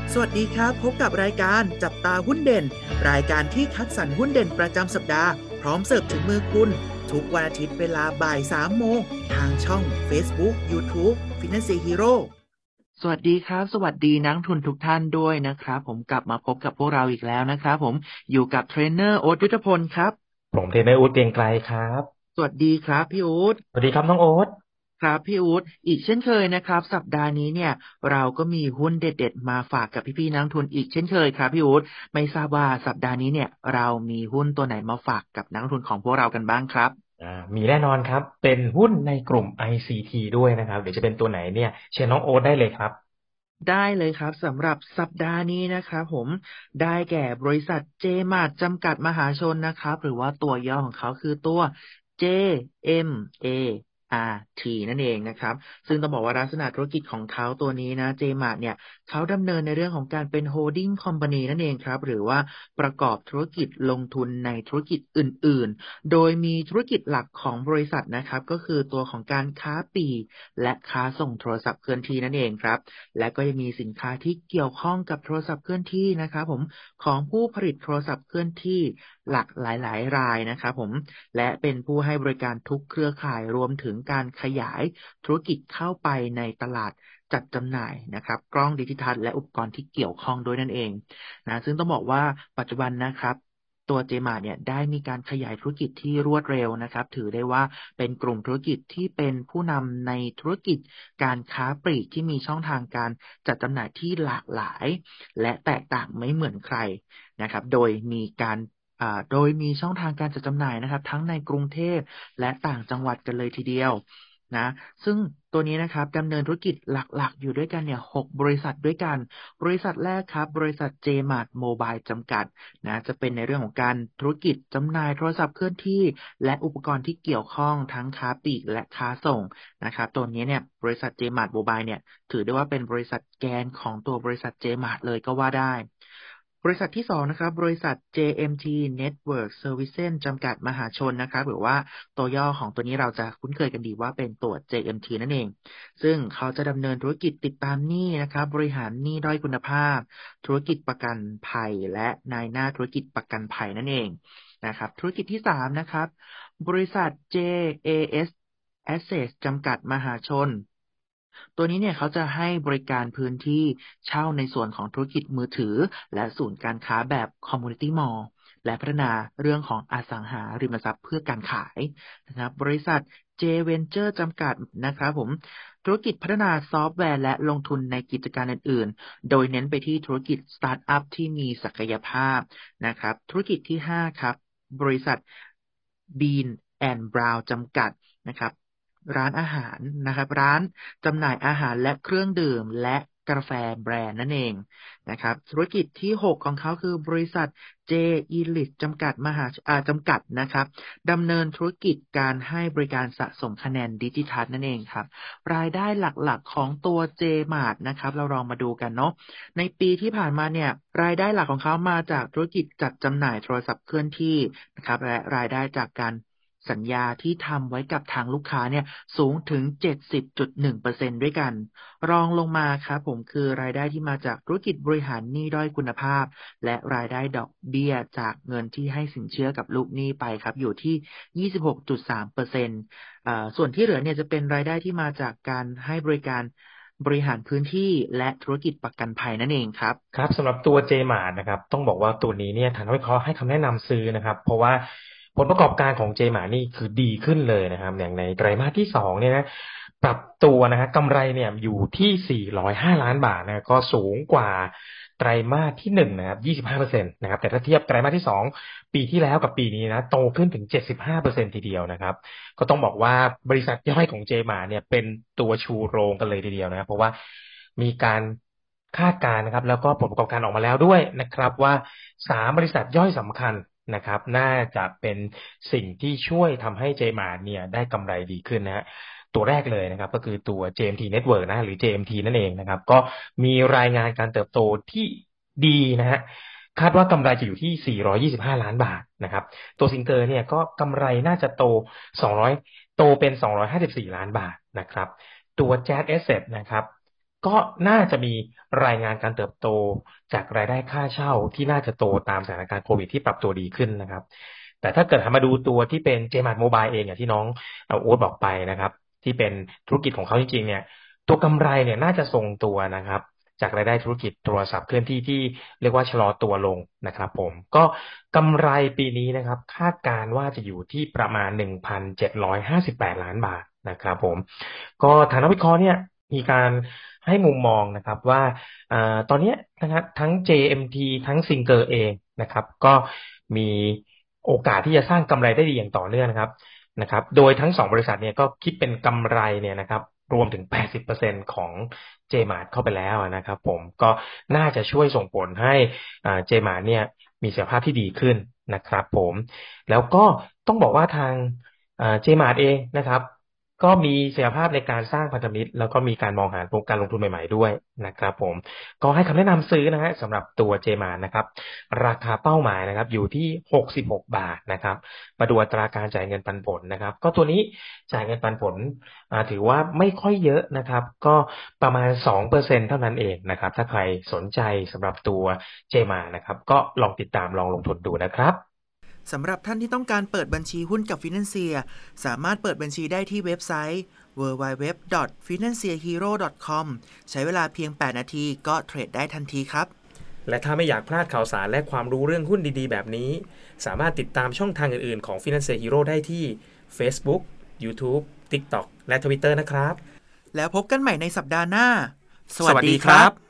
สวัสดีครับพบกับรายการจับตาหุ้นเด่นรายการที่คัดสรรหุ้นเด่นประจำสัปดาห์พร้อมเสิร์ฟถึงมือคุณทุกวันอาทิตย์เวลาบ่าย3โมงทางช่อง Facebook YouTube Finance Hero สวัสดีครับสวัสดีนักทุนทุกท่านด้วยนะครับผมกลับมาพบกับพวกเราอีกแล้วนะครับผมอยู่กับเทรนเนอร์โอ๊ตยุทธพลครับผมเทรนเนอร์อู๊ดเกรียงไกรครับสวัสดีครับพี่อู๊ดสวัสดีครับน้องโอ๊ตครับพี่อู๊ดอีกเช่นเคยนะครับสัปดาห์นี้เนี่ยเราก็มีหุ้นเด็ดๆมาฝากกับพี่ๆนักลงทุนอีกเช่นเคยครับพี่อู๊ดไม่ทราบว่าสัปดาห์นี้เนี่ยเรามีหุ้นตัวไหนมาฝากกับนักลงทุนของพวกเรากันบ้างครับมีแน่นอนครับเป็นหุ้นในกลุ่ม ICT ด้วยนะครับเดี๋ยวจะเป็นตัวไหนเนี่ยเชิญน้องโอ๊ตได้เลยครับได้เลยครับสำหรับสัปดาห์นี้นะครับผมได้แก่บริษัทเจมาร์ทจำกัดมหาชนนะครับหรือว่าตัวย่อของเขาคือตัว JMART นั่นเองนะครับซึ่งต้องบอกว่าลักษณะธุรกิจของเขาตัวนี้นะ JMART เนี่ยเขาดำเนินในเรื่องของการเป็น holding company นั่นเองครับหรือว่าประกอบธุรกิจลงทุนในธุรกิจอื่นๆโดยมีธุรกิจหลักของบริษัทนะครับก็คือตัวของการค้าปลีกและค้าส่งโทรศัพท์เคลื่อนที่นั่นเองครับ และก็ยังมีสินค้าที่เกี่ยวข้องกับโทรศัพท์เคลื่อนที่นะครับผมของผู้ผลิตโทรศัพท์เคลื่อนที่หลากหลายๆรายนะครับผมและเป็นผู้ให้บริการทุกเครือข่ายรวมถึงการขยายธุรกิจเข้าไปในตลาดจัดจำหน่ายนะครับกล้องดิจิทัลและอุปกรณ์ที่เกี่ยวข้องด้วยนั่นเองนะซึ่งต้องบอกว่าปัจจุบันนะครับตัวเจมาร์เนี่ยได้มีการขยายธุรกิจที่รวดเร็วนะครับถือได้ว่าเป็นกลุ่มธุรกิจที่เป็นผู้นำในธุรกิจการค้าปลีกที่มีช่องทางการจัดจำหน่ายที่หลากหลายและแตกต่างไม่เหมือนใครนะครับโดยมีช่องทางการจัดจำหน่ายนะครับทั้งในกรุงเทพและต่างจังหวัดกันเลยทีเดียวนะซึ่งตัวนี้นะครับดำเนินธุรกิจหลักๆอยู่ด้วยกันเนี่ย6 บริษัทด้วยกันบริษัทแรกครับบริษัท JMart Mobile จำกัดนะจะเป็นในเรื่องของการธุรกิจจำหน่ายโทรศัพท์เคลื่อนที่และอุปกรณ์ที่เกี่ยวข้องทั้งค้าปลีกและค้าส่งนะครับตัวนี้เนี่ยบริษัท JMart Mobile เนี่ยถือได้ว่าเป็นบริษัทแกนของตัวบริษัท JMart เลยก็ว่าได้บริษัทที่สองนะครับบริษัท JMT Network Services จำกัดมหาชนนะครับหรือว่าตัวย่อของตัวนี้เราจะคุ้นเคยกันดีว่าเป็นตัว JMT นั่นเองซึ่งเขาจะดำเนินธุรกิจติดตามหนี้นะครับบริหารหนี้ด้อยคุณภาพธุรกิจประกันภัยและนายหน้าธุรกิจประกันภัยนั่นเองนะครับธุรกิจที่สามนะครับบริษัท JAS Assets จำกัดมหาชนตัวนี้เนี่ยเขาจะให้บริการพื้นที่เช่าในส่วนของธุรกิจมือถือและศูนย์การค้าแบบ Community Mall และพัฒนาเรื่องของอสังหาริมทรัพย์เพื่อการขายนะครับบริษัท J Venture จำกัดนะครับผมธุรกิจพัฒนาซอฟต์แวร์และลงทุนในกิจการอื่นๆโดยเน้นไปที่ธุรกิจสตาร์ทอัพที่มีศักยภาพนะครับธุรกิจที่5ครับบริษัท Bean and Brown จำกัดนะครับร้านอาหารนะครับร้านจำหน่ายอาหารและเครื่องดื่มและกาแฟแบรนด์นั่นเองนะครับธุรกิจที่6ของเขาคือบริษัท J Elite จำกัดนะครับดำเนินธุรกิจการให้บริการสะสมคะแนนดิจิทัลนั่นเองครับรายได้หลักๆของตัว J-Mart นะครับเราลองมาดูกันเนาะในปีที่ผ่านมาเนี่ยรายได้หลักของเขามาจากธุรกิจจัดจำหน่ายโทรศัพท์เคลื่อนที่นะครับและรายได้จากการสัญญาที่ทำไว้กับทางลูกค้าเนี่ยสูงถึง 70.1% ด้วยกันรองลงมาครับผมคือรายได้ที่มาจากธุรกิจบริหารหนี้ด้อยคุณภาพและรายได้ดอกเบี้ยจากเงินที่ให้สินเชื่อกับลูกหนี้ไปครับอยู่ที่ 26.3%ส่วนที่เหลือเนี่ยจะเป็นรายได้ที่มาจากการให้บริการบริหารพื้นที่และธุรกิจประกันภัยนั่นเองครับครับสำหรับตัว JMart นะครับต้องบอกว่าตัวนี้เนี่ยทางนักวิเคราะห์ให้คำแนะนำซื้อนะครับเพราะว่าผลประกอบการของ JMart นี่คือดีขึ้นเลยนะครับอย่างในไตรมาสที่2เนี่ยนะปรับตัวนะฮะกำไรเนี่ยอยู่ที่405ล้านบาทนะก็สูงกว่าไตรมาสที่1นะครับ25%นะครับแต่ถ้าเทียบไตรมาสที่2ปีที่แล้วกับปีนี้นะโตขึ้นถึง75%ทีเดียวนะครับก็ต้องบอกว่าบริษัทย่อยของ JMart เนี่ยเป็นตัวชูโรงกันเลยทีเดียวนะครับเพราะว่ามีการคาดการณ์นะครับแล้วก็ผลประกอบการออกมาแล้วด้วยนะครับว่า3 บริษัทย่อยสำคัญนะครับน่าจะเป็นสิ่งที่ช่วยทำให้ JMart เนี่ยได้กำไรดีขึ้นนะฮะตัวแรกเลยนะครับก็คือตัว JMT Network นะหรือ JMT นั่นเองนะครับก็มีรายงานการเติบโตที่ดีนะฮะคาดว่ากำไรจะอยู่ที่425ล้านบาทนะครับตัวซิงเกอร์เนี่ยก็กำไรน่าจะ200โตเป็น254ล้านบาทนะครับตัว Jazz Asset นะครับก็น่าจะมีรายงานการเติบโตจากรายได้ค่าเช่าที่น่าจะโตตามสถานการณ์โควิดที่ปรับตัวดีขึ้นนะครับแต่ถ้าเกิดมาดูตัวที่เป็น Jmart Mobile เองอย่างที่น้องโอ๊ตบอกไปนะครับที่เป็นธุรกิจของเขาจริงๆเนี่ยตัวกำไรเนี่ยน่าจะทรงตัวนะครับจากรายได้ธุรกิจโทรศัพท์เคลื่อนที่ที่เรียกว่าชะลอตัวลงนะครับผมก็กำไรปีนี้นะครับคาดการณ์ว่าจะอยู่ที่ประมาณ 1,758 ล้านบาทนะครับผมก็ทางนักวิเคราะห์เนี่ยมีการให้มุมมองนะครับว่าตอนนี้นะครับทั้ง JMT ทั้งซิงเกอร์เองนะครับก็มีโอกาสที่จะสร้างกำไรได้ดีอย่างต่อเนื่องนะครับโดยทั้งสองบริษัทเนี่ยก็คิดเป็นกำไรเนี่ยนะครับรวมถึง 80% ของ JMart เข้าไปแล้วนะครับผมก็น่าจะช่วยส่งผลให้JMart เนี่ยมีศักยภาพที่ดีขึ้นนะครับผมแล้วก็ต้องบอกว่าทางJMart เองนะครับก็มีศักยภาพในการสร้างพันธมิตรแล้วก็มีการมองหาโครงการลงทุนใหม่ๆด้วยนะครับผมก็ให้คำแนะนำซื้อนะฮะสำหรับตัว JMart นะครับราคาเป้าหมายนะครับอยู่ที่66 บาทนะครับมาดูอัตราการจ่ายเงินปันผลนะครับก็ตัวนี้จ่ายเงินปันผลถือว่าไม่ค่อยเยอะนะครับก็ประมาณ 2% เท่านั้นเองนะครับถ้าใครสนใจสำหรับตัว JMart นะครับก็ลองติดตามลองลงทุนดูนะครับสำหรับท่านที่ต้องการเปิดบัญชีหุ้นกับ Financier สามารถเปิดบัญชีได้ที่เว็บไซต์ www.financierhero.com ใช้เวลาเพียง8นาทีก็เทรดได้ทันทีครับและถ้าไม่อยากพลาดข่าวสารและความรู้เรื่องหุ้นดีๆแบบนี้สามารถติดตามช่องทางอื่นๆของ Financier Hero ได้ที่ Facebook YouTube TikTok และ Twitter นะครับแล้วพบกันใหม่ในสัปดาห์หน้าสวัสดีครับ